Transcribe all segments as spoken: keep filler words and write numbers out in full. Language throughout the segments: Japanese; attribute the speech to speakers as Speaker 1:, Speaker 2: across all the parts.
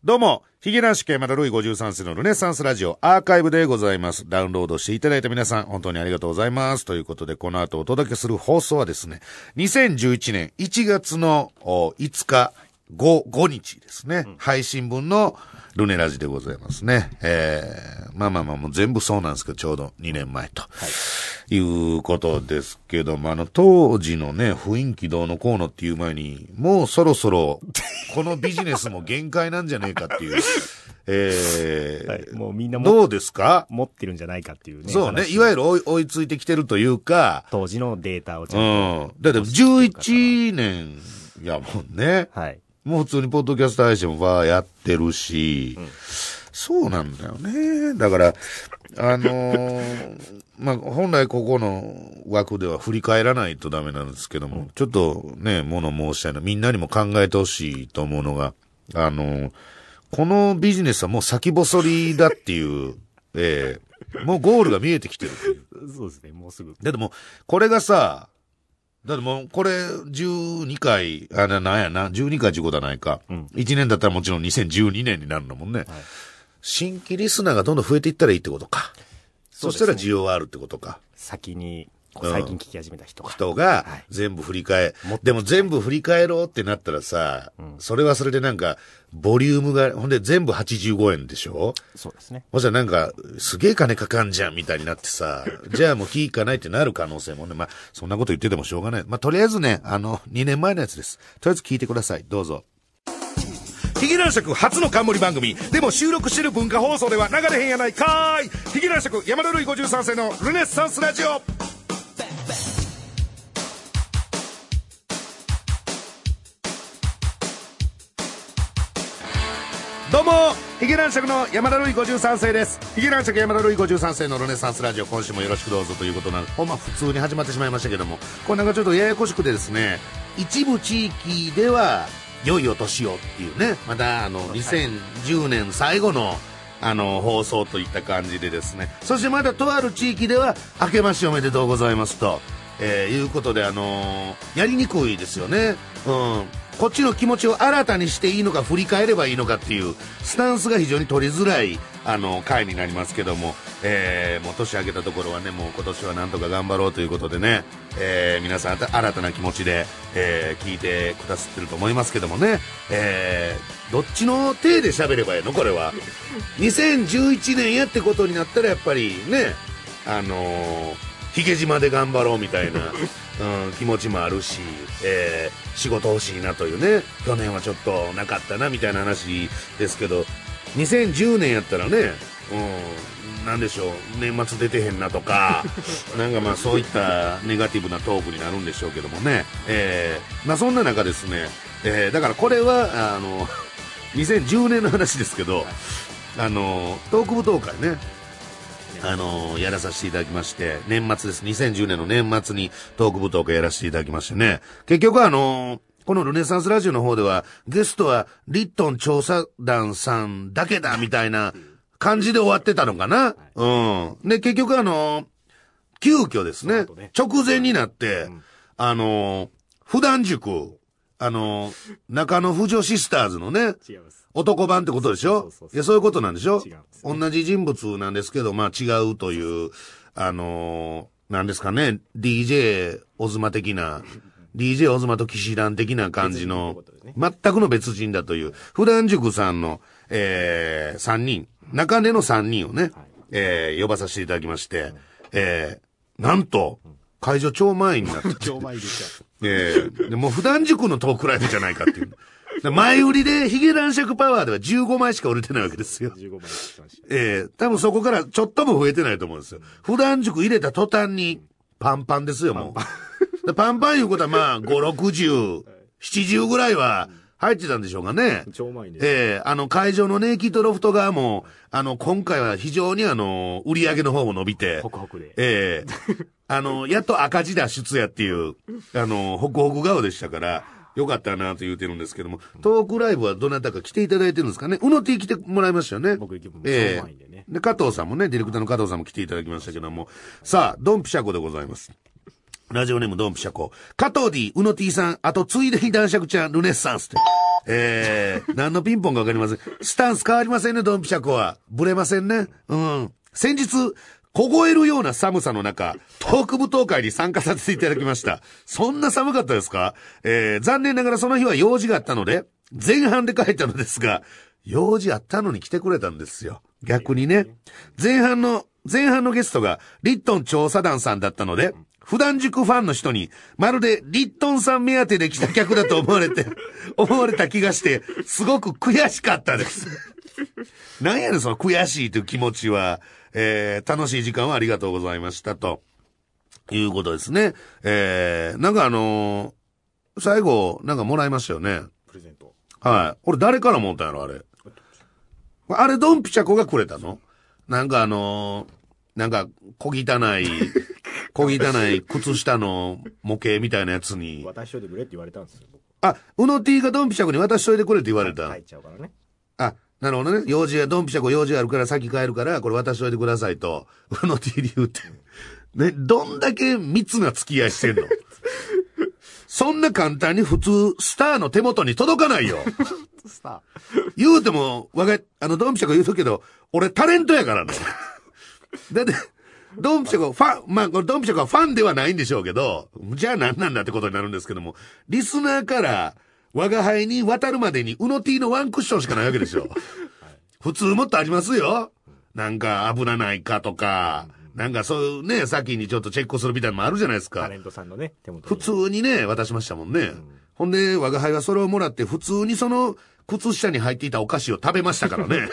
Speaker 1: どうも、ヒゲ男子山田ルイごじゅうさん世のルネサンスラジオアーカイブでございます。ダウンロードしていただいた皆さん、本当にありがとうございます。ということで、この後お届けする放送はですね、にせんじゅういちねんいちがつのいつか、ご、ごにちですね、うん、配信分のルネラジでございますね。えー、まあまあまあもう全部そうなんですけど、ちょうどにねんまえと、はい、いうことですけども、あの当時のね、雰囲気どうのこうのっていう前に、もうそろそろこのビジネスも限界なんじゃねえかっていう。えー、はい、もうみんなもどうですか？持ってるんじゃないかっていうね。そうね。いわゆる追い、追いついてきてるというか。当時のデータをちゃんと。うん。だってじゅういちねんやもんね。はい。もう普通にポッドキャスト配信もバーやってるし、うん、そうなんだよね。だから、あのー、まあ、本来ここの枠では振り返らないとダメなんですけども、うん、ちょっとね、物申したいの、みんなにも考えてほしいと思うのが、あのー、このビジネスはもう先細りだっていう、ええー、もうゴールが見えてきてるっていう。そうですね、もうすぐ。だってもう、これがさ、だってもう、これ、じゅうにかい、あ、な、なんやな、じゅうにかいってことはないか。うん。いちねんだったらもちろんにせんじゅうにねんになるんだもんね。はい、新規リスナーがどんどん増えていったらいいってことか。そ, ね、そしたら需要はあるってことか。先に、最近聞き始めた人が。うん、人が、全部振り返、はい、でも全部振り返ろうってなったらさ、うん、それはそれでなんか、ボリュームが、ほんで全部はちじゅうごえんでしょ？そうですね。もしなんか、すげえ金かかんじゃんみたいになってさ、じゃあもう聞かないってなる可能性もね、まあ、そんなこと言っててもしょうがない。まあ、とりあえずね、あの、にねんまえのやつです。とりあえず聞いてください。どうぞ。ヒゲ男爵初の冠番組。でも収録してる文化放送では流れへんやないかーい。ヒゲ男爵山田ルイごじゅうさん世のルネッサンスラジオ。どうも、ヒゲ男爵の山田ルイごじゅうさん世です。ヒゲ男爵山田ルイごじゅうさん世のルネサンスラジオ、今週もよろしくどうぞということなんで、ほんま普通に始まってしまいましたけども、これなんかちょっとややこしくてですね、一部地域では良いお年をっていうね、またあのにせんじゅうねん最後のあの放送といった感じでですね、そしてまたとある地域では明けましておめでとうございますと、えー、いうことで、あのー、やりにくいですよね。うん。こっちの気持ちを新たにしていいのか振り返ればいいのかっていうスタンスが非常に取りづらいあの回になりますけども、えー、もう年明けたところはね、もう今年はなんとか頑張ろうということでね、えー、皆さん新たな気持ちで、えー、聞いてくださってると思いますけどもね、えー、どっちの手で喋ればいいのこれは。にせんじゅういちねんやってことになったらやっぱりね、あのー、ヒゲ島で頑張ろうみたいなうん、気持ちもあるし、えー、仕事欲しいなというね、去年はちょっとなかったなみたいな話ですけど、にせんじゅうねんやったらね、うん、なんでしょう、年末出てへんなとかなんかまあそういったネガティブなトークになるんでしょうけどもね、えー、まあそんな中ですね、えー、だからこれはあのにせんじゅうねんの話ですけど、あのトーク舞踏会ね、あのー、やらさせていただきまして、年末です。にせんじゅうねんの年末にトーク舞踏会やらせていただきましてね。結局あのー、このルネサンスラジオの方では、ゲストはリットン調査団さんだけだみたいな感じで終わってたのかな。うん。で、結局あのー、急遽ですね、直前になって、あのー、普段塾、あのー、中野婦女シスターズのね、違います。男版ってことでしょ？そうそうそうそう。いや、そういうことなんでしょ？違うんですね。同じ人物なんですけど、まあ違うという、あのー、なんですかね、ディージェー オズマ的な、ディージェー オズマと騎士団的な感じの、全くの別人だという、普段塾さんの、えー、さんにん、中根のさんにんをね、えー、呼ばさせていただきまして、えー、なんと、会場超満員になった。超満員でした。えー、でもう普段塾のトークライブじゃないかっていう。前売りでヒゲ男爵パワーではじゅうごまいしか売れてないわけですよ。じゅうごまいしかしました。ええー、多分そこからちょっとも増えてないと思うんですよ。普段塾入れた途端にパンパンですよ、もう。パンパン、パンパンいうことはまあ、ご、ろくじゅう、ななじゅうぐらいは入ってたんでしょうかね。超満員です。ええー、あの会場のネイキッドロフト側も、あの、今回は非常にあの、売り上げの方も伸びて。ホクホクで。ええー、あの、やっと赤字脱出やっていう、あの、ホクホク顔でしたから、よかったなと言うてるんですけども、トークライブはどなたか来ていただいてるんですかね。うの T 来てもらいましたよね。僕行きます。ええー、で、加藤さんもね、ディレクターの加藤さんも来ていただきましたけども、さあ、ドンピシャコでございます。ラジオネームドンピシャコ。加藤 D、うの T さん、あとついでに男爵ちゃん、ルネッサンスって。 えー、何のピンポンかわかりません。スタンス変わりませんね、ドンピシャコは。ブレませんね。うん。先日、凍えるような寒さの中、トーク舞踏会に参加させていただきました。そんな寒かったですか？えー、残念ながらその日は用事があったので、前半で帰ったのですが、用事あったのに来てくれたんですよ。逆にね。前半の、前半のゲストがリットン調査団さんだったので、普段塾ファンの人に、まるでリットンさん目当てで来た客だと思われて、思われた気がして、すごく悔しかったです。なんやねん、その悔しいという気持ちは。えー、楽しい時間はありがとうございましたということですね。えー、なんかあのー、最後なんかもらいましたよね。
Speaker 2: プレゼント。
Speaker 1: はい。俺誰からもらったんやろあれ。あれドンピシャコがくれたの？なんかあのー、なんか小汚い小汚い靴下の模型みたいなやつに
Speaker 2: 渡しといてくれって言われたんですよ。
Speaker 1: あ、うの T がドンピシャコに渡しといてくれって言われた。
Speaker 2: 帰っちゃうからね。
Speaker 1: あ、なるほどね。用事が、ドンピシャコ用事あるから先帰るから、これ渡しといてくださいと。うの T 理由って。ね、どんだけ密な付き合いしてんの？そんな簡単に普通、スターの手元に届かないよ。
Speaker 2: スター。
Speaker 1: 言うても、わが、あの、ドンピシャコ言うとくけど、俺タレントやからね。だって、ドンピシャコ、ファン、まあ、これドンピシャコはファンではないんでしょうけど、じゃあ何なんだってことになるんですけども、リスナーから、我が輩に渡るまでに、うの T のワンクッションしかないわけでしょ。はい、普通もっとありますよ。なんか、危ないかとか、うん、なんかそういうね、先にちょっとチェックするみたいなのもあるじゃないですか。
Speaker 2: タレントさんのね、手元
Speaker 1: に。普通にね、渡しましたもんね。うん、ほんで、我が輩はそれをもらって、普通にその、靴下に入っていたお菓子を食べましたからね。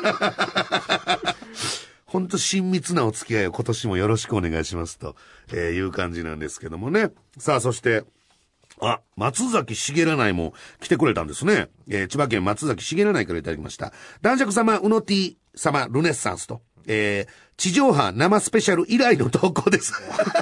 Speaker 1: ほんと親密なお付き合いを今年もよろしくお願いしますと、えー、いう感じなんですけどもね。さあ、そして、あ、松崎しげらないも来てくれたんですね。えー、千葉県松崎しげらないからいただきました。男爵様、うの T 様、ルネッサンスと、えー、地上波生スペシャル以来の投稿です。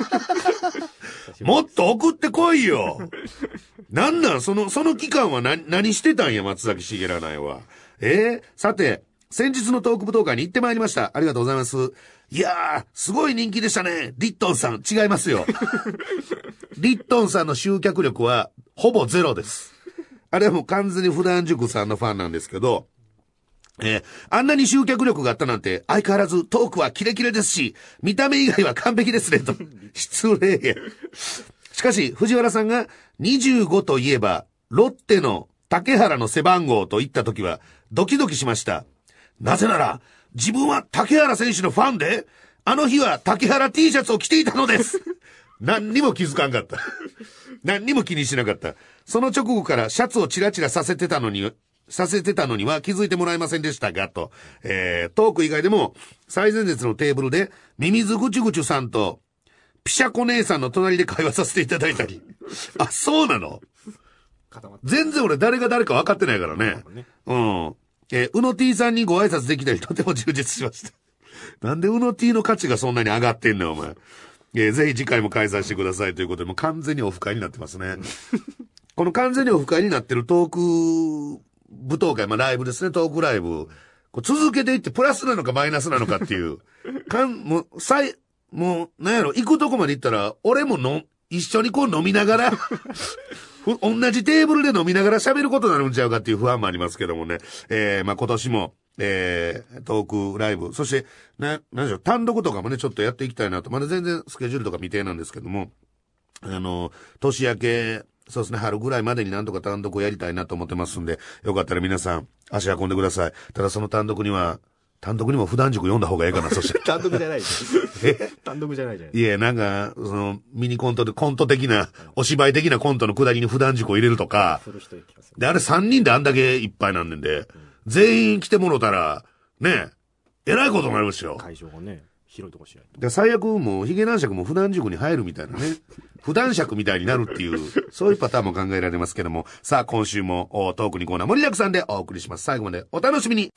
Speaker 1: もっと送ってこいよ。なんなん、その、その期間は何、何してたんや、松崎しげらないは。えー、さて、先日のトーク舞踏会に行ってまいりました。ありがとうございます。いやー、すごい人気でしたね。リットンさん、違いますよ。リットンさんの集客力は、ほぼゼロです。あれはもう完全に普段塾さんのファンなんですけど、えー、あんなに集客力があったなんて、相変わらずトークはキレキレですし、見た目以外は完璧ですね、と。失礼や。しかし、藤原さんがにじゅうごといえば、ロッテの竹原の背番号と言ったときは、ドキドキしました。なぜなら、自分は竹原選手のファンで、あの日は竹原 T シャツを着ていたのです。何にも気づかんかった。何にも気にしなかった。その直後からシャツをチラチラさせてたのに、させてたのには気づいてもらえませんでしたが、と。えー、トーク以外でも、最前列のテーブルで、ミミズぐちゅぐちゅさんと、ピシャコ姉さんの隣で会話させていただいたり。あ、そうなの？全然俺誰が誰か分かってないからね。うん。えー、うの T さんにご挨拶できたりとても充実しました。なんでうの T の価値がそんなに上がってんのよ、お前。えー、ぜひ次回も開催してくださいということで、もう完全にオフ会になってますね。この完全にオフ会になってるトーク舞踏会、まあライブですね、トークライブ。こう続けていってプラスなのかマイナスなのかっていう。かん、もう、さい、もう、なんやろ、行くとこまで行ったら、俺もの、一緒にこう飲みながら、同じテーブルで飲みながら喋ることになるんちゃうかっていう不安もありますけどもね。えー、まあ今年も、えー、トークライブ、そして、な、なんでしょう、単独とかもね、ちょっとやっていきたいなと。まだ全然スケジュールとか未定なんですけども、あの、年明け、そうですね、春ぐらいまでになんとか単独をやりたいなと思ってますんで、よかったら皆さん、足運んでください。ただその単独には、単独にも普段塾読んだ方がええかな、そして。
Speaker 2: 単独じゃないえ単独じゃないじゃない
Speaker 1: いや、なんか、その、ミニコントで、コント的な、お芝居的なコントのくだりに普段塾を入れるとか、で、あれさんにんであんだけいっぱいなんねんで、うん、全員来てもろたら、ね、えらいことになりますよ。
Speaker 2: 会場がね、広いとこしないと。
Speaker 1: で、最悪もう、ヒゲ男爵も普段塾に入るみたいなね、普段爵みたいになるっていう、そういうパターンも考えられますけども、さあ、今週もトークにコーナー盛りだくさんでお送りします。最後までお楽しみに。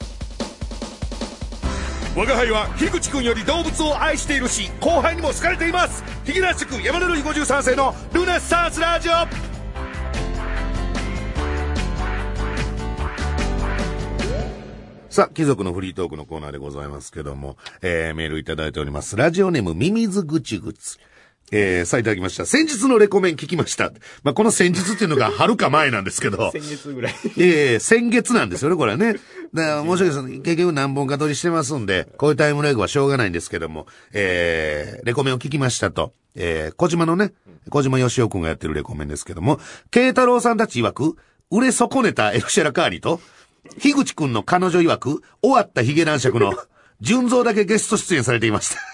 Speaker 1: 我が輩は樋口くんより動物を愛しているし、後輩にも好かれています。ヒゲ男爵山田るいごじゅうさん世のルネッサンスラジオ。さあ、貴族のフリートークのコーナーでございますけども、えー、メールいただいております。ラジオネームミミズぐちぐち。 えー、さあいただきました。先日のレコメン聞きました。まあ、この先日っていうのがはるか前なんですけど。
Speaker 2: 先月ぐらい。
Speaker 1: ええー、先月なんですよね、これはね。だから、申し訳ないです。結局何本か撮りしてますんで、こういうタイムラグはしょうがないんですけども、えー、レコメンを聞きましたと。えー、小島のね、小島よしおくんがやってるレコメンですけども、慶太郎さんたち曰く、売れ損ねたエルシェラカーニと、樋口くんの彼女曰く、終わったヒゲ男爵の、純蔵だけゲスト出演されていました。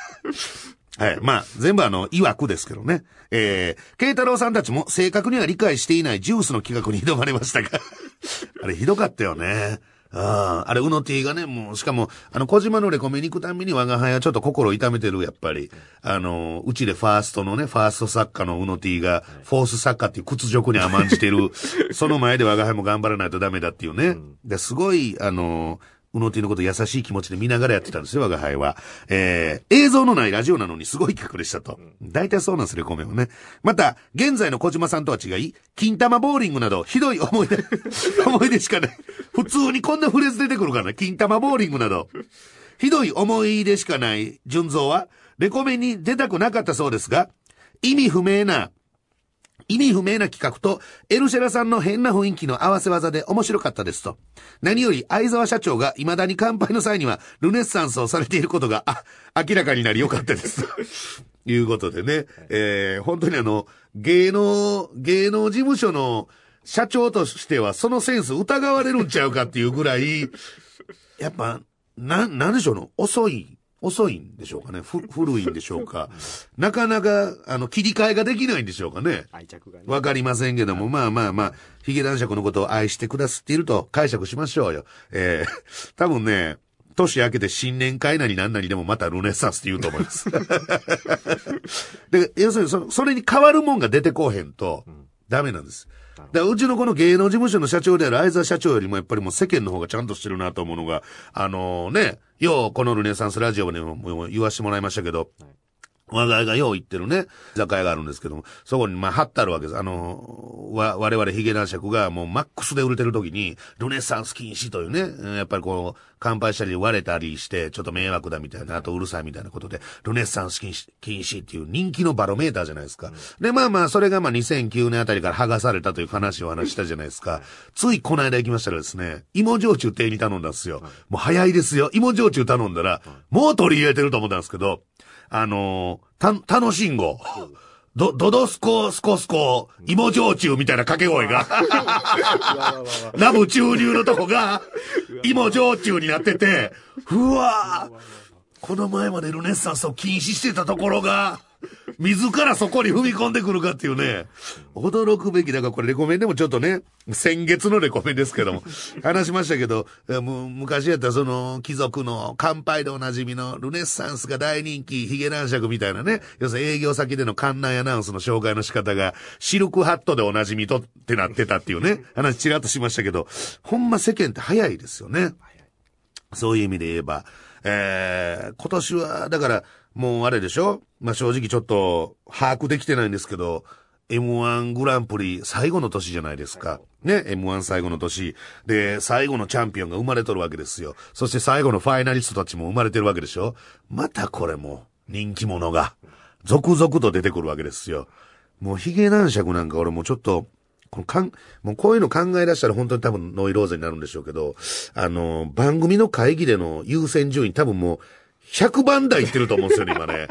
Speaker 1: はい。まあ、全部あの、曰くですけどね。えー、慶太郎さんたちも正確には理解していないジュースの企画に挑まれましたが。あれひどかったよね。ああ、あれ、うの T がね、もう、しかも、あの、小島のレコメに行くたんびに我が輩はちょっと心痛めてる、やっぱり。あの、うちでファーストのね、ファースト作家のうの T が、フォース作家っていう屈辱に甘んじてる。その前で我が輩も頑張らないとダメだっていうね。で、すごい、あの、うの T のこと優しい気持ちで見ながらやってたんですよ、我が輩は。えー、映像のないラジオなのにすごい企画でしたと。大体そうなんです、レコメンはね。また、現在の小島さんとは違い、金玉ボーリングなど、ひどい思い出、思い出しかない。普通にこんなフレーズ出てくるからな、金玉ボーリングなど。ひどい思い出しかない純蔵は、レコメンに出たくなかったそうですが、意味不明な、意味不明な企画と、エルシェラさんの変な雰囲気の合わせ技で面白かったですと。何より相沢社長が未だに乾杯の際にはルネッサンスをされていることが、あ、明らかになりよかったです。ということでね、えー、本当にあの、芸能、芸能事務所の社長としてはそのセンス疑われるんちゃうかっていうぐらい、やっぱ、な、なんでしょうの、遅い。遅いんでしょうかね。ふ、古いんでしょうか。なかなか、あの、切り替えができないんでしょうかね。
Speaker 2: 愛着がね。
Speaker 1: わかりませんけども、まあまあまあ、ヒゲ男爵のことを愛してくださっていると解釈しましょうよ。えー、多分ね、年明けて新年会なりなんなりでもまたルネッサンスって言うと思います。で、要するにそ、それに変わるもんが出てこうへんと、ダメなんです。だからうちのこの芸能事務所の社長である相沢社長よりもやっぱりもう世間の方がちゃんとしてるなと思うのが、あのー、ね、ようこのルネサンスラジオでももう言わしてもらいましたけど、我々がよう言ってるね、居酒屋があるんですけども、そこにまあ貼ってあるわけです。あの、わ、我々ヒゲ男爵がもうマックスで売れてる時に、ルネサンス禁止というね、やっぱりこう、乾杯したり割れたりして、ちょっと迷惑だみたいな、あとうるさいみたいなことで、ルネサンス禁止、禁止っていう人気のバロメーターじゃないですか。うん、で、まあまあ、それがまあにせんきゅうねんあたりから剥がされたという悲しいお話したじゃないですか。ついこの間行きましたらですね、芋焼酎店に頼んだんですよ。もう早いですよ。芋焼酎頼んだら、もう取り入れてると思ったんですけど、あのー、た、楽しんご。ど、ドドスコ、スコスコ、芋焼酎みたいな掛け声が。ラブ注入のとこが、芋焼酎になってて、うわぁ、この前までルネッサンスを禁止してたところが、自らそこに踏み込んでくるかっていうね、驚くべき。だからこれレコメンでもちょっとね、先月のレコメンですけども、話しましたけど、もう昔やったらその貴族の乾杯でおなじみのルネッサンスが大人気、ヒゲ男爵みたいなね、要するに営業先での館内アナウンスの紹介の仕方が、シルクハットでおなじみとってなってたっていうね、話ちらっとしましたけど、ほんま世間って早いですよね。そういう意味で言えば、えー、今年は、だから、もうあれでしょ？まあ、正直ちょっと把握できてないんですけど、エムワン グランプリ最後の年じゃないですか。ね、エムワン 最後の年。で、最後のチャンピオンが生まれとるわけですよ。そして最後のファイナリストたちも生まれてるわけでしょ？またこれも人気者が続々と出てくるわけですよ。もうヒゲ男爵なんか俺もうちょっと、このかん、もうこういうの考え出したら本当に多分ノイローゼになるんでしょうけど、あの、番組の会議での優先順位多分もう、ひゃくばん台いってると思うんですよね、今ね。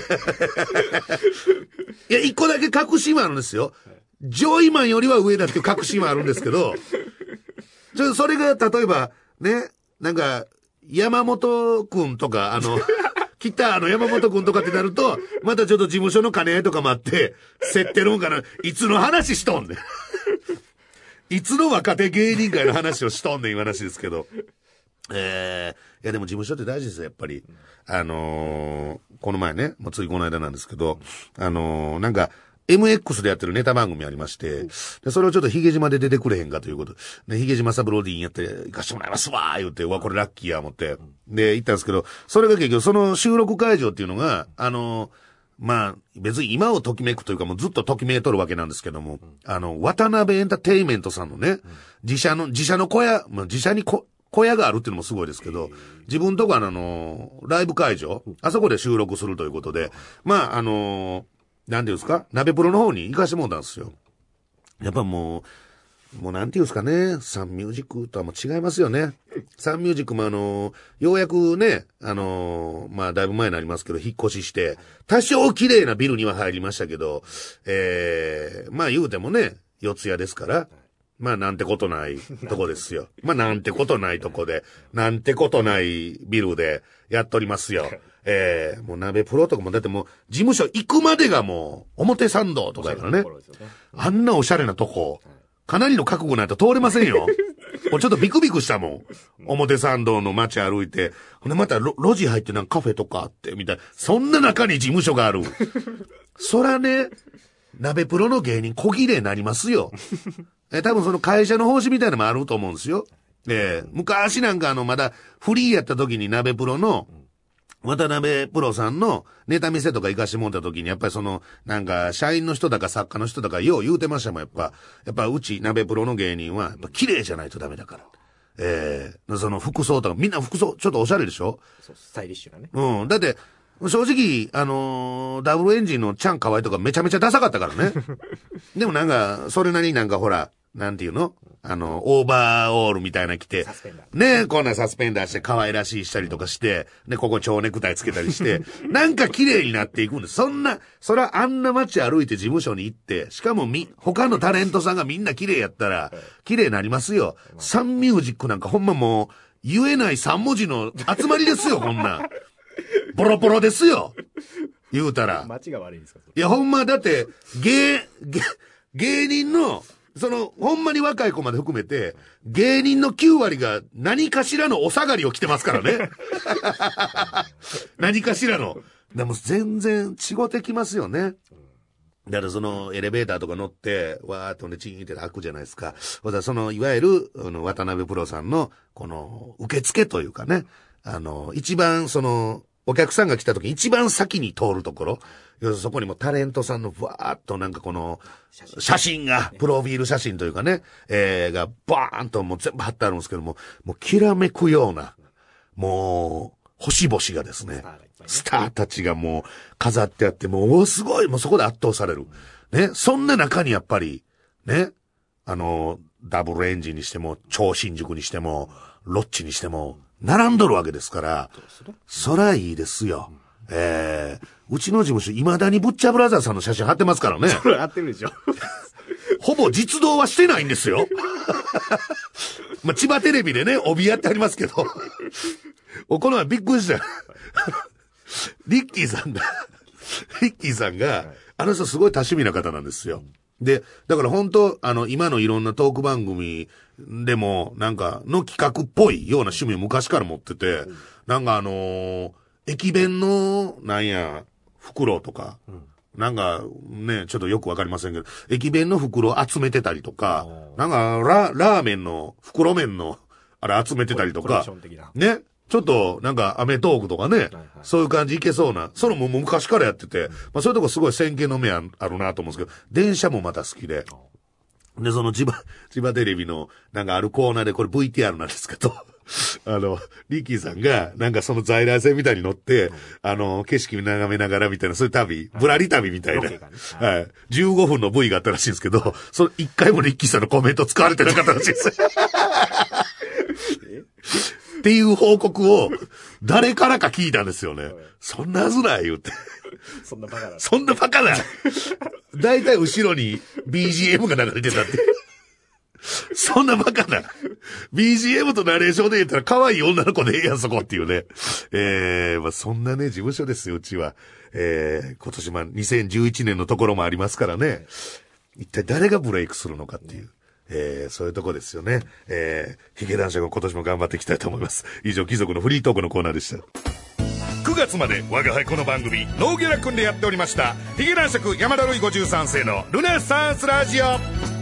Speaker 1: いや、一個だけ確信はあるんですよ。ジョイマンよりは上だっていう確信はあるんですけど、ちょそれが例えば、ね、なんか、山本くんとか、あの、来たあの山本くんとかってなると、またちょっと事務所の兼ね合いとかもあって、競ってるんかな。いつの話しとんねん。いつの若手芸人界の話をしとんねんいう話ですけど。えー、いやでも事務所って大事ですよ、やっぱり。あのー、この前ね、もうついこの間なんですけど、あのー、なんか、エムエックス でやってるネタ番組ありまして、で、それをちょっとヒゲ島で出てくれへんかということ。で、ヒゲ島サブローディーンやって行かしてもらいますわー言って、うわ、これラッキーや思って。で、行ったんですけど、それが結局その収録会場っていうのが、あのー、まあ、別に今をときめくというかもうずっとときめいとるわけなんですけども、あの、渡辺エンターテイメントさんのね、自社の、自社の小屋、まあ、自社にこ、小屋があるっていうのもすごいですけど、自分とこあの、ライブ会場、あそこで収録するということで、まあ、あの、 なんていうんですか、鍋プロの方に行かしてもらったんですよ。やっぱもう、もうなんていうんですかね、サンミュージックとはもう違いますよね。サンミュージックもあの、ようやくね、あの、まあだいぶ前になりますけど、引っ越しして、多少綺麗なビルには入りましたけど、えー、まあ言うてもね、四谷ですから、まあなんてことないとこですよ。まあなんてことないとこで、なんてことないビルでやっておりますよ。えー、もう鍋プロとかもだってもう事務所行くまでがもう表参道とかやからね。あんなおしゃれなとこ、かなりの覚悟ないと通れませんよ。もうちょっとビクビクしたもん。表参道の街歩いて、ほんでまた路地入ってなんかカフェとかあって、みたいな。そんな中に事務所がある。そらね、鍋プロの芸人小切れになりますよ。え、多分その会社の方針みたいなのもあると思うんですよ。えー、昔なんかあのまだフリーやった時に鍋プロの、渡辺プロさんのネタ見せとか行かしてもらった時に、やっぱりその、なんか、社員の人だか作家の人だかよう言うてましたもん、やっぱ。やっぱうち鍋プロの芸人は、やっぱ綺麗じゃないとダメだから。ええー、その服装とか、みんな服装、ちょっとおしゃれでしょ？
Speaker 2: そう、スタイリッシュなね。
Speaker 1: うん。だって、正直、あのー、ダブルエンジンのチャンカワイとかめちゃめちゃダサかったからね。でもなんか、それなりになんかほら、なんていうの？あの、オーバーオールみたいな着て、ね、こんなサスペンダーして可愛らしいしたりとかして、ね、ここ蝶ネクタイつけたりして、なんか綺麗になっていくんです。そんな、そらあんな街歩いて事務所に行って、しかもみ、他のタレントさんがみんな綺麗やったら、綺麗になりますよ。サンミュージックなんかほんまもう、言えない三文字の集まりですよ、こんな。ボロボロですよ。言うたら。
Speaker 2: 街が悪いんですか？
Speaker 1: いや、ほんまだって、芸、芸、芸人の、その、ほんまに若い子まで含めて、芸人のきゅう割が何かしらのお下がりを着てますからね。何かしらの。でも全然違ってきますよね。だからそのエレベーターとか乗って、わーっとね、チーンって開くじゃないですか。その、いわゆる、あの、渡辺プロさんの、この、受付というかね、あの、一番その、お客さんが来た時一番先に通るところ、要するにそこにもタレントさんのわーっとなんかこの写真が、プロフィール写真というかね、えー、がバーンともう全部貼ってあるんですけども、もうきらめくような、もう、星々がですね、スターたちがもう飾ってあって、もうすごい、もうそこで圧倒される。ね、そんな中にやっぱり、ね、あの、ダブルエンジンにしても、超新宿にしても、ロッチにしても、並んどるわけですから、そらいいですよ。ええー、うちの事務所、未だにブッチャーブラザーさんの写真貼ってますからね。
Speaker 2: それ貼ってるでしょ。
Speaker 1: ほぼ実動はしてないんですよ。まあ、千葉テレビでね、帯やってありますけど。お、この前びっくりした。リッキーさんが、リッキーさんが、あの人すごい多趣味な方なんですよ。で、だから本当、あの、今のいろんなトーク番組でも、なんか、の企画っぽいような趣味を昔から持ってて、うん、なんかあのー、駅弁の、なんや、袋とか、うん、なんか、ね、ちょっとよくわかりませんけど、駅弁の袋集めてたりとか、なんか、ラ、ラーメンの、袋麺の、あれ集めてたりとか、ね。ちょっと、なんか、アメトークとかね、はいはい、そういう感じいけそうな、それももう昔からやってて、まあそういうとこすごい先見の目あるなと思うんですけど、電車もまた好きで、で、その千葉、千葉テレビの、なんかあるコーナーで、これ ブイティーアール なんですけど、あの、リッキーさんが、なんかその在来線みたいに乗って、うん、あの、景色眺めながらみたいな、そういう旅、ぶらり旅みたいな、はい、はい。じゅうごふんの ブイ があったらしいんですけど、そのいっかいもリッキーさんのコメント使われてなかったらしいです。っていう報告を誰からか聞いたんですよね。そんなはずない言って。
Speaker 2: そんなバカな。
Speaker 1: そんなバカな。だいたい後ろに ビージーエム が流れてたって。そんなバカな。ビージーエム とナレーションで言ったら可愛い女の子でええやんそこっていうね。えー、まあそんなね、事務所ですよ、うちは。えー、今年まあにせんじゅういちねんのところもありますからね。一体誰がブレイクするのかっていう。えー、そういうとこですよね。えー、ヒゲ男爵も今年も頑張っていきたいと思います。以上、貴族のフリートークのコーナーでした。くがつまで我が輩この番組、ノーギャラ君でやっておりました、ヒゲ男爵山田るいごじゅうさん世のルネサンスラジオ。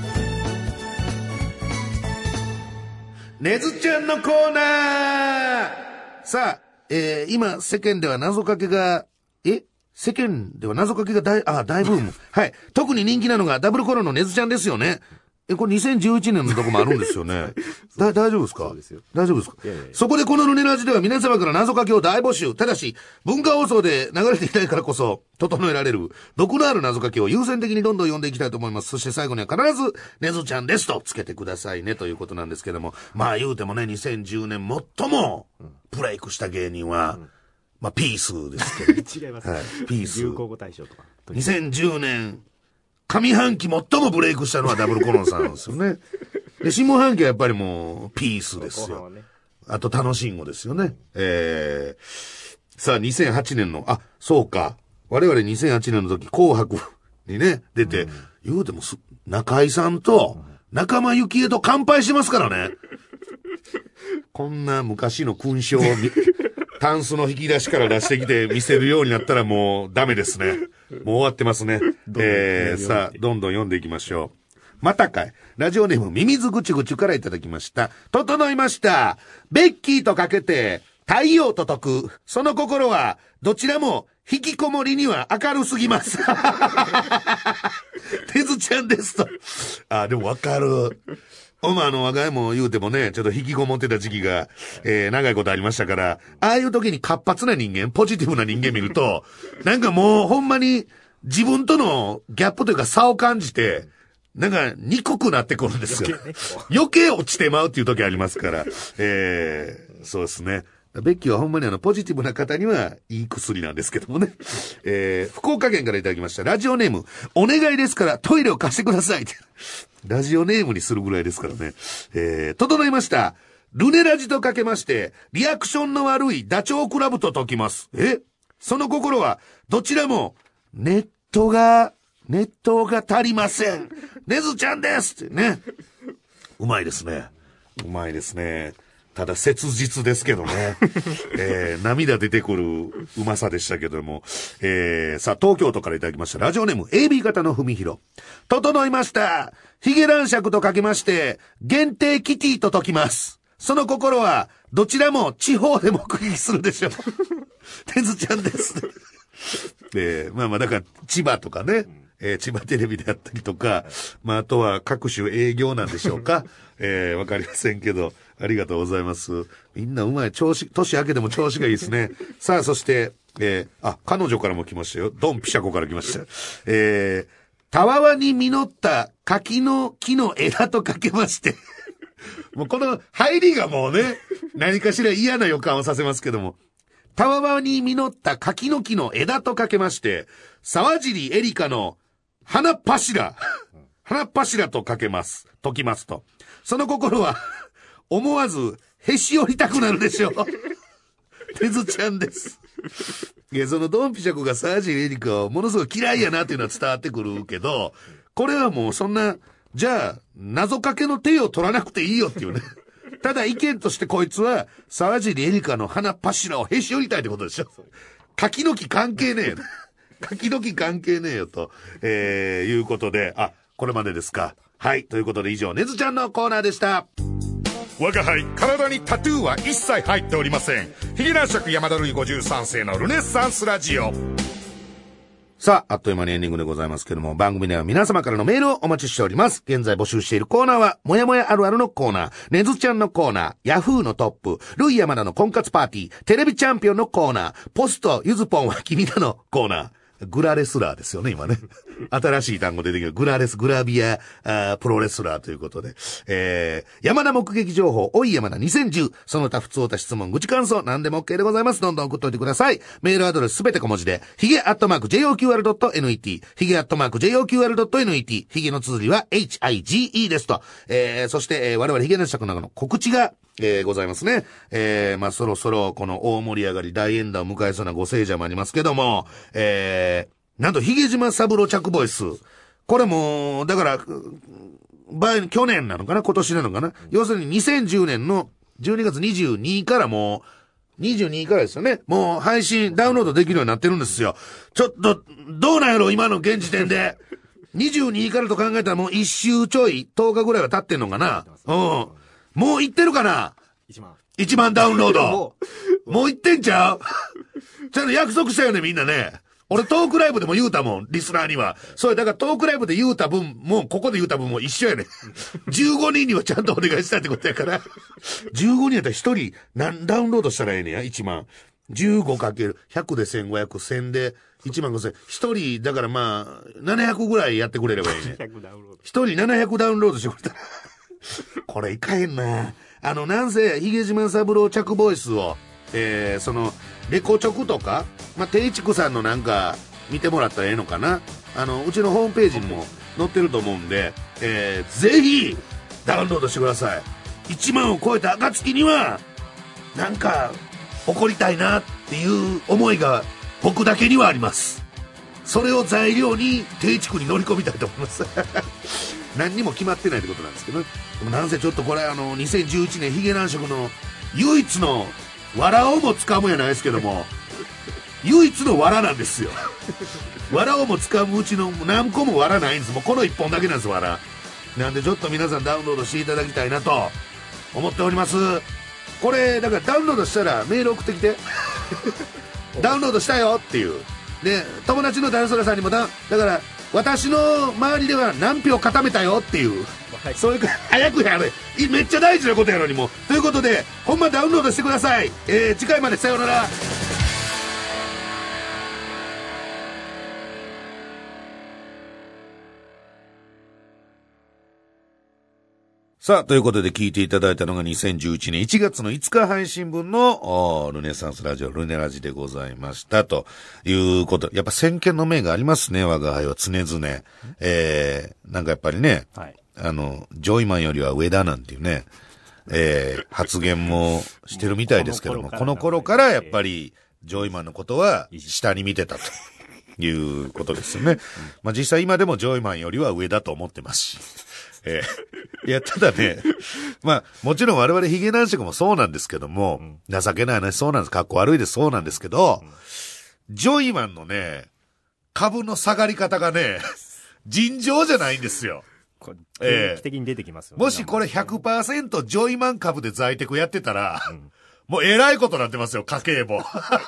Speaker 1: ねずちゃんのコーナー。さあ、えー、今、世間では謎かけが、え世間では謎かけが大、あ、大ブーム。はい。特に人気なのがダブルコロのねずちゃんですよね。 え、これにせんじゅういちねんのとこもあるんですよね。だ、大丈夫ですか？
Speaker 2: そうですよ。
Speaker 1: 大丈夫ですか？
Speaker 2: いやいやいや、
Speaker 1: そこでこのルネラジでは皆様から謎かけを大募集。ただし、文化放送で流れていないからこそ、整えられる、毒のある謎かけを優先的にどんどん読んでいきたいと思います。そして最後には必ず、ねずちゃんですとつけてくださいねということなんですけども。まあ言うてもね、にせんじゅうねん最も、ブレイクした芸人は、うん、まあピースですけど。
Speaker 2: 違います、
Speaker 1: はい。ピース。
Speaker 2: 流行語大賞とか。
Speaker 1: にせんじゅうねん、上半期最もブレイクしたのはダブルコロンさんですよね。で、下半期はやっぱりもう、ピースですよ。ね、あと、楽しんごですよね。えー、さあ、にせんはちねんの、あ、そうか。我々にせんはちねんの時、紅白にね、出て、うん、言うてもす、中井さんと、仲間由紀恵と乾杯してますからね。こんな昔の勲章をタンスの引き出しから出してきて見せるようになったらもうダメですね。もう終わってますね。えー、さあ、どんどん読んでいきましょう。またかい。ラジオネーム、ミミズぐちぐちからいただきました。整いました。ベッキーとかけて、太陽と解く。その心は、どちらも、引きこもりには明るすぎます。てずちゃんですと。あ、でもわかる。おまあの若いも言うてもね、ちょっと引きこもってた時期が、えー、長いことありましたから、ああいう時に活発な人間、ポジティブな人間見ると、なんかもうほんまに自分とのギャップというか差を感じて、なんか憎くなってくるんですよ。余計ね、余計落ちてまうっていう時ありますから、えー、そうですね。ベッキーはほんまにあの、ポジティブな方にはいい薬なんですけどもね。えー、福岡県からいただきました。ラジオネーム、お願いですからトイレを貸してください。ラジオネームにするぐらいですからね。えー、整いました。ルネラジとかけまして、リアクションの悪いダチョウ倶楽部と解きます。え？その心は、どちらも、ネットが、ネットが足りません。ねずちゃんですってね。うまいですね。うまいですね。ただ切実ですけどね。えー、涙出てくるうまさでしたけども。えー、さあ、東京都からいただきました。ラジオネーム、エービー 型の文弘。整いました。ヒゲ男爵とかけまして、限定キティと解きます。その心は、どちらも地方で目撃するでしょう。てずちゃんです。えー、まあまあ、だから、千葉とかね。えー、千葉テレビであったりとか、まあ、あとは各種営業なんでしょうか。えー、わかりませんけど、ありがとうございます。みんなうまい。調子、年明けても調子がいいですね。さあ、そして、えー、あ、彼女からも来ましたよ。ドンピシャコから来ました。えー、たわわに実った柿の木の枝とかけまして。もうこの入りがもうね、何かしら嫌な予感をさせますけども。たわわに実った柿の木の枝とかけまして、沢尻エリカの花柱、花柱とかけます。解きますと。その心は、思わず、へし折りたくなるでしょう。てずちゃんです。いや、そのドンピシャコが沢尻エリカをものすごい嫌いやなっていうのは伝わってくるけど、これはもうそんな、じゃあ、謎かけの手を取らなくていいよっていうね。ただ意見としてこいつは、沢尻エリカの花柱をへし折りたいってことでしょ。柿の木関係ねえよ。柿の木関係ねえよと、えー、いうことで、あ、これまでですか。はい。ということで以上、ねずちゃんのコーナーでした。我が輩、体にタトゥーは一切入っておりません。ヒゲ男爵山田るいごじゅうさん世のルネッサンスラジオ。さあ、あっという間にエンディングでございますけども、番組では皆様からのメールをお待ちしております。現在募集しているコーナーは、もやもやあるあるのコーナー、ねずちゃんのコーナー、ヤフーのトップ、ルイ山田の婚活パーティー、テレビチャンピオンのコーナー、ポストゆずぽんは君だのコーナー。グラレスラーですよね、今ね。新しい単語出てきる。グラレス、グラビア、あプロレスラーということで。えー、山田目撃情報、おい山田にせんじゅう。その他普通おた質問、愚痴感想、何でも OK でございます。どんどん送っといてください。メールアドレスすべて小文字で、ヒゲアットマーク ジェイオーキューアールドットネット、ヒゲアットマーク ジェイオーキューアールドットネット、ヒゲの綴りは エイチアイジーイー ですと。えー、そして、えー、我々ヒゲ男爵の中の告知が、えー、ございますね。えー、まあ、そろそろこの大盛り上がり大演談を迎えそうなご聖者もありますけども、えー、なんと、ヒゲ島三郎着ボイス。これも、だから、場合、去年なのかな今年なのかな、うん、要するににせんじゅうねんのじゅうにがつにじゅうににちからもう、にじゅうにからですよね。もう配信、ダウンロードできるようになってるんですよ。ちょっと、どうなんやろ今の現時点で。にじゅうにからと考えたらもういっ週ちょい、とおかぐらいは経ってんのかな、うん。もう行ってるかないちまん。いちまんダウンロード。もう、もう行ってんちゃうちゃんと約束したよね、みんなね。 俺トークライブでも言うたもん、リスナーには。それだからトークライブで言うた分も、ここで言うた分も一緒やねん。じゅうごにんにはちゃんとお願いしたってことやから。じゅうごにんやったらひとり何ダウンロードしたらええねんや、いちまん。じゅうごかけるひゃく でせんごひゃく、せんでいちまんごせん。ひとり、だからまあ、ななひゃくぐらいやってくれればいいねん。ひとりななひゃくダウンロードしてくれたら。これいかへんな。あの、なんせ、ヒゲ島三郎着ボイスを、えー、その、レコチョクとか、まあ、定畜さんのなんか、見てもらったらええのかな。あの、うちのホームページにも載ってると思うんで、えー、ぜひ、ダウンロードしてください。いちまんを超えた暁には、なんか、怒りたいなっていう思いが、僕だけにはあります。それを材料に、定畜に乗り込みたいと思います。何にも決まってないってことなんですけど、ね、でもなんせちょっとこれあの、にせんじゅういちねんヒゲ男色の唯一の、藁をも掴むやないですけども、唯一の藁なんですよ。藁をも掴むうちの何個も藁ないんです。もうこのいっぽんだけなんです藁。なんでちょっと皆さんダウンロードしていただきたいなと思っております。これだからダウンロードしたらメール送ってきてダウンロードしたよっていうで、友達のダンソラさんにもだだから私の周りでは何票固めたよっていう、はい、そういうか早くやれ、めっちゃ大事なことやのにもということで、ほんまダウンロードしてください。えー、次回までさようなら。さあ、ということで聞いていただいたのがにせんじゅういちねんいちがつのいつか配信分のルネサンスラジオ、ルネラジでございましたということ。やっぱ先見の明がありますね、我が輩は常々。えー、なんかやっぱりね、はい、あの、ジョイマンよりは上だなんていうね、えー、発言もしてるみたいですけども、この頃からやっぱりジョイマンのことは下に見てたということですよね。まあ実際今でもジョイマンよりは上だと思ってますし。えー、いや、ただね、まあ、もちろん我々ヒゲ男爵もそうなんですけども、うん、情けない話そうなんです。かっこ悪いです。そうなんですけど、うん、ジョイマンのね、株の下がり方がね、尋常じゃないんですよ。
Speaker 2: 定期的に出てきますよね。
Speaker 1: もしこれ ひゃくパーセント ジョイマン株で在宅やってたら、うん、もうえらいことになってますよ、家計簿。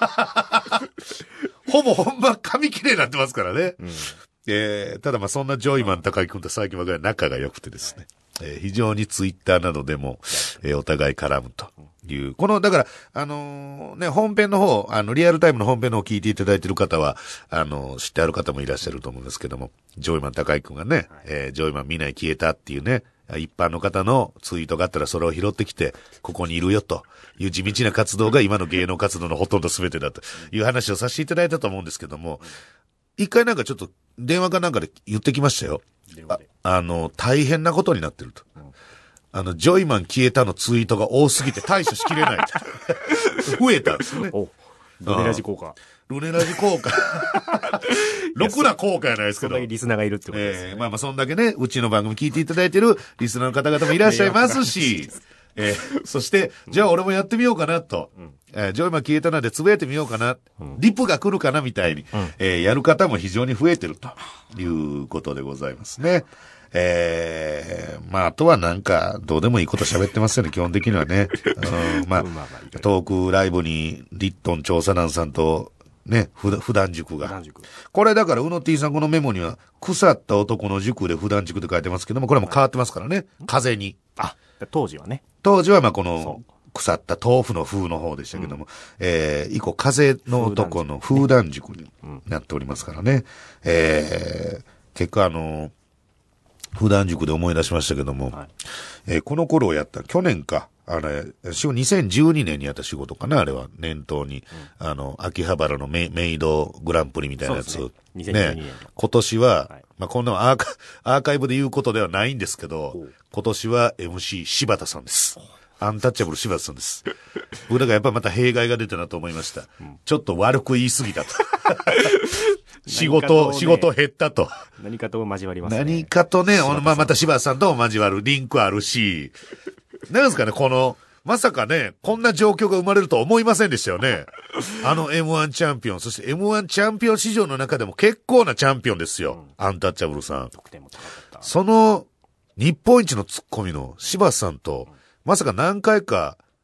Speaker 1: ほぼほんま紙切れになってますからね。うん、えー、ただまあそんなジョイマン高木くんと最近は仲が良くてですね、えー、非常にツイッターなどでも、えー、お互い絡むという、この、だから、あのー、ね、本編の方、あの、リアルタイムの本編の方を聞いていただいている方は、あのー、知ってある方もいらっしゃると思うんですけども、ジョイマン高木くんがね、えー、ジョイマン見ない消えたっていうね、一般の方のツイートがあったらそれを拾ってきて、ここにいるよという地道な活動が今の芸能活動のほとんど全てだという話をさせていただいたと思うんですけども、一回なんかちょっと電話かなんかで言ってきましたよ。あ, あの、大変なことになってると。うん、あの、ジョイマン消えたのツイートが多すぎて対処しきれない。増えたんですよね。
Speaker 2: お、ルネラジ効果。
Speaker 1: ルネラジ効果。ろくな効果やないですけど。
Speaker 2: そんだけリスナーがいるってことですね。
Speaker 1: えー、まあまあそんだけね、うちの番組聞いていただいてるリスナーの方々もいらっしゃいますし、えー、そして、じゃあ俺もやってみようかなと。うん、えー、ジョイマン消えたのでつぶやいてみようかな。うん、リプが来るかなみたいに、うん、えー、やる方も非常に増えてるということでございますね。えー、まあ、あとはなんか、どうでもいいこと喋ってますよね、基本的にはね。うん、まあ、トークライブに、リットン調査団さんと、ね、普段塾が。これだから、うの T さんこのメモには、腐った男の塾で普段塾って書いてますけども、これも変わってますからね。風に。
Speaker 2: あ、当時はね。
Speaker 1: 当時はまあこの、腐った豆腐の風の方でしたけども、うん、えー、以降、風の男の風談塾になっておりますからね。うん、えー、結果あの、普段塾で思い出しましたけども、はい、えー、この頃をやった、去年か、あれ、にせんじゅうにねんにやった仕事かな、あれは、念頭に、うん、あの、秋葉原のメメイドグランプリみたいなやつ。ね、
Speaker 2: にせんじゅうにねん、ね、
Speaker 1: 今年は、はい、まあ、こんなアーカ、アーカイブで言うことではないんですけど、今年は エムシー 柴田さんです。アンタッチャブル柴田さんです。僕だからやっぱまた弊害が出たなと思いました。うん、ちょっと悪く言いすぎたと。仕事、ね、仕事減ったと。
Speaker 2: 何かと交わりますね。
Speaker 1: 何かとね、まあ、また柴田さんとも交わるリンクあるし、なんですかね、この、まさかね、こんな状況が生まれるとは思いませんでしたよね。あの エムワン チャンピオン、そして エムワン チャンピオン史上の中でも結構なチャンピオンですよ。うん、アンタッチャブルさん。得点も高かった。その、日本一のツッコミの柴田さんと、まさか何回か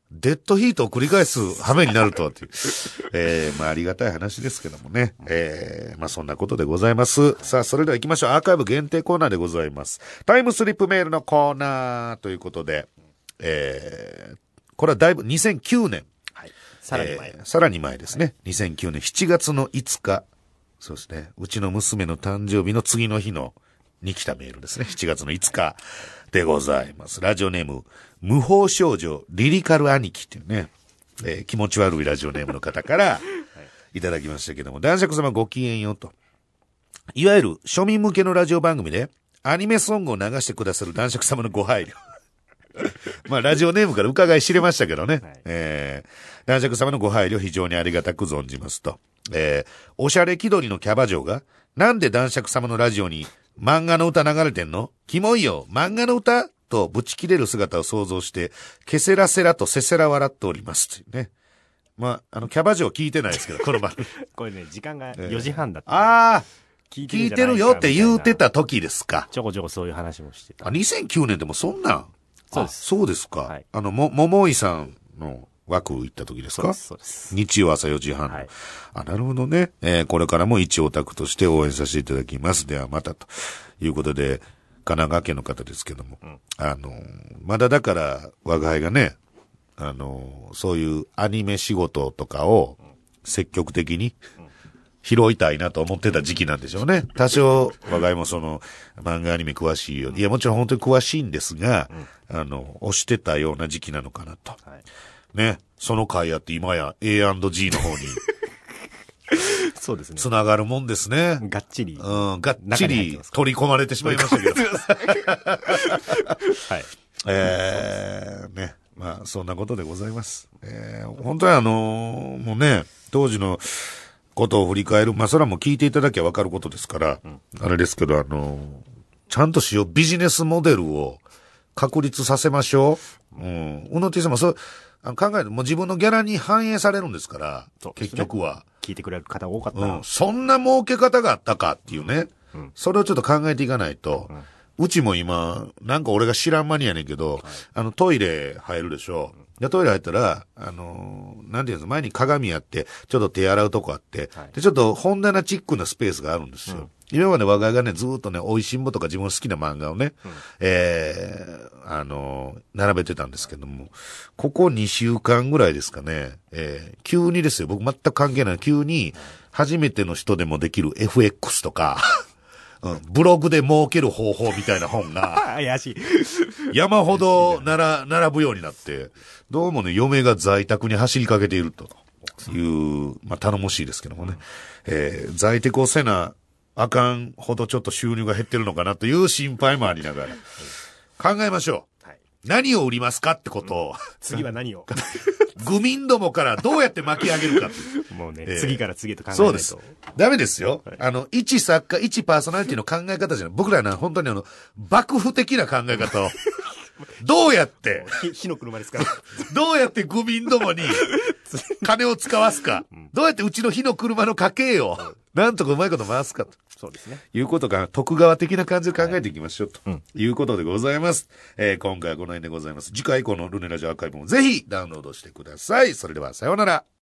Speaker 1: デッドヒートを繰り返す羽目になるとはっていう。えー、まあありがたい話ですけどもね。えー、まあそんなことでございます。さあ、それでは行きましょう。アーカイブ限定コーナーでございます。タイムスリップメールのコーナーということで、えー、これはだいぶにせんきゅうねん。
Speaker 2: はい。さらに前。
Speaker 1: えー、さらに前ですね。にせんきゅうねんしちがつのいつか。そうですね。うちの娘の誕生日の次の日のに来たメールですね。しちがつのいつかでございます。ラジオネーム、無法少女リリカル兄貴っていうね、えー、気持ち悪いラジオネームの方からいただきましたけども、男爵様ごきげんようと。いわゆる庶民向けのラジオ番組でアニメソングを流してくださる男爵様のご配慮。まあ、ラジオネームから伺い知れましたけどね。はい、えー、男爵様のご配慮非常にありがたく存じますと。えー、おしゃれ気取りのキャバ嬢が、なんで男爵様のラジオに漫画の歌流れてんの？キモいよ、漫画の歌とぶち切れる姿を想像して、ケセラセラとせせら笑っておりますっていうね。まあ、あの、キャバ嬢聞いてないですけど、この番組。
Speaker 2: これね、時間がよじはんだった、
Speaker 1: えー。ああ、聞いてる聞いてるよって言うてた時ですか。
Speaker 2: ちょこちょこそういう話もしてた。
Speaker 1: あ、にせんきゅうねんでもそんなん。
Speaker 2: そうです。
Speaker 1: そうですか。はい、あの、も、桃井さんの枠行った時ですか？
Speaker 2: そうです。
Speaker 1: 日曜朝よじはん。はい、あ、なるほどね。えー、これからも一オタクとして応援させていただきます。ではまたということで、神奈川県の方ですけども。うん、あの、まだだから我が輩がね、あの、そういうアニメ仕事とかを積極的に、うん拾いたいなと思ってた時期なんでしょうね。多少、我が家もその、漫画アニメ詳しいよ。いや、もちろん本当に詳しいんですが、うん、あの、推してたような時期なのかなと。はい、ね。その回やって今や エーアンドジー の方に。
Speaker 2: そうですね。
Speaker 1: つながるもんですね。
Speaker 2: がっちり。
Speaker 1: うん、がっちり取り込まれてしまいましたけど。はい。えー、ね。まあ、そんなことでございます。えー、本当にあのー、もうね、当時の、ことを振り返る。まあ、それはもう聞いていただきゃわかることですから、うん、あれですけど、あの、ちゃんとしよう。ビジネスモデルを確立させましょう。うん。うの T さんもそう、あの考えて、もう自分のギャラに反映されるんですから、ね、結局は。
Speaker 2: 聞いてくれる方多かった
Speaker 1: な、
Speaker 2: な。
Speaker 1: うん。そんな儲け方があったかっていうね。うん、それをちょっと考えていかないと、うんうちも今、なんか俺が知らん間にやねんけど、はい、あの、トイレ入るでしょ。で、トイレ入ったら、あのー、なんていうんですか、前に鏡あって、ちょっと手洗うとこあって、はい、で、ちょっと本棚チックなスペースがあるんですよ。うん、今まで我が家がね、ずーっとね、美味しんぼとか自分の好きな漫画をね、うん、えー、あのー、並べてたんですけども、ここにしゅうかんぐらいですかね、えー、急にですよ、僕全く関係ない、急に、初めての人でもできる エフエックス とか、うん、ブログで儲ける方法みたいな本が
Speaker 2: 怪しい
Speaker 1: 山ほどなら並ぶようになって、どうもね、嫁が在宅に走りかけているという、まあ頼もしいですけどもね、えー、在宅をせなあかんほどちょっと収入が減ってるのかなという心配もありながら考えましょう。はい、何を売りますかってことを、うん、
Speaker 2: 次は何を
Speaker 1: 愚民どもからどうやって巻き上げるか
Speaker 2: もうね、えー、次から次へと考えないと。そうです。
Speaker 1: ダメですよ。はい、あの、一作家、一パーソナリティの考え方じゃない。僕らは本当にあの、幕府的な考え方を、どうやって、
Speaker 2: 火の車ですから。
Speaker 1: どうやって愚民どもに金を使わすか。うん、どうやってうちの火の車の家計を、なんとかうまいこと回すかと。
Speaker 2: そうですね。
Speaker 1: いうことが、徳川的な感じで考えていきましょう。ということでございます。えー、今回はこの辺でございます。次回以降のルネラジオアーカイブもぜひダウンロードしてください。それでは、さようなら。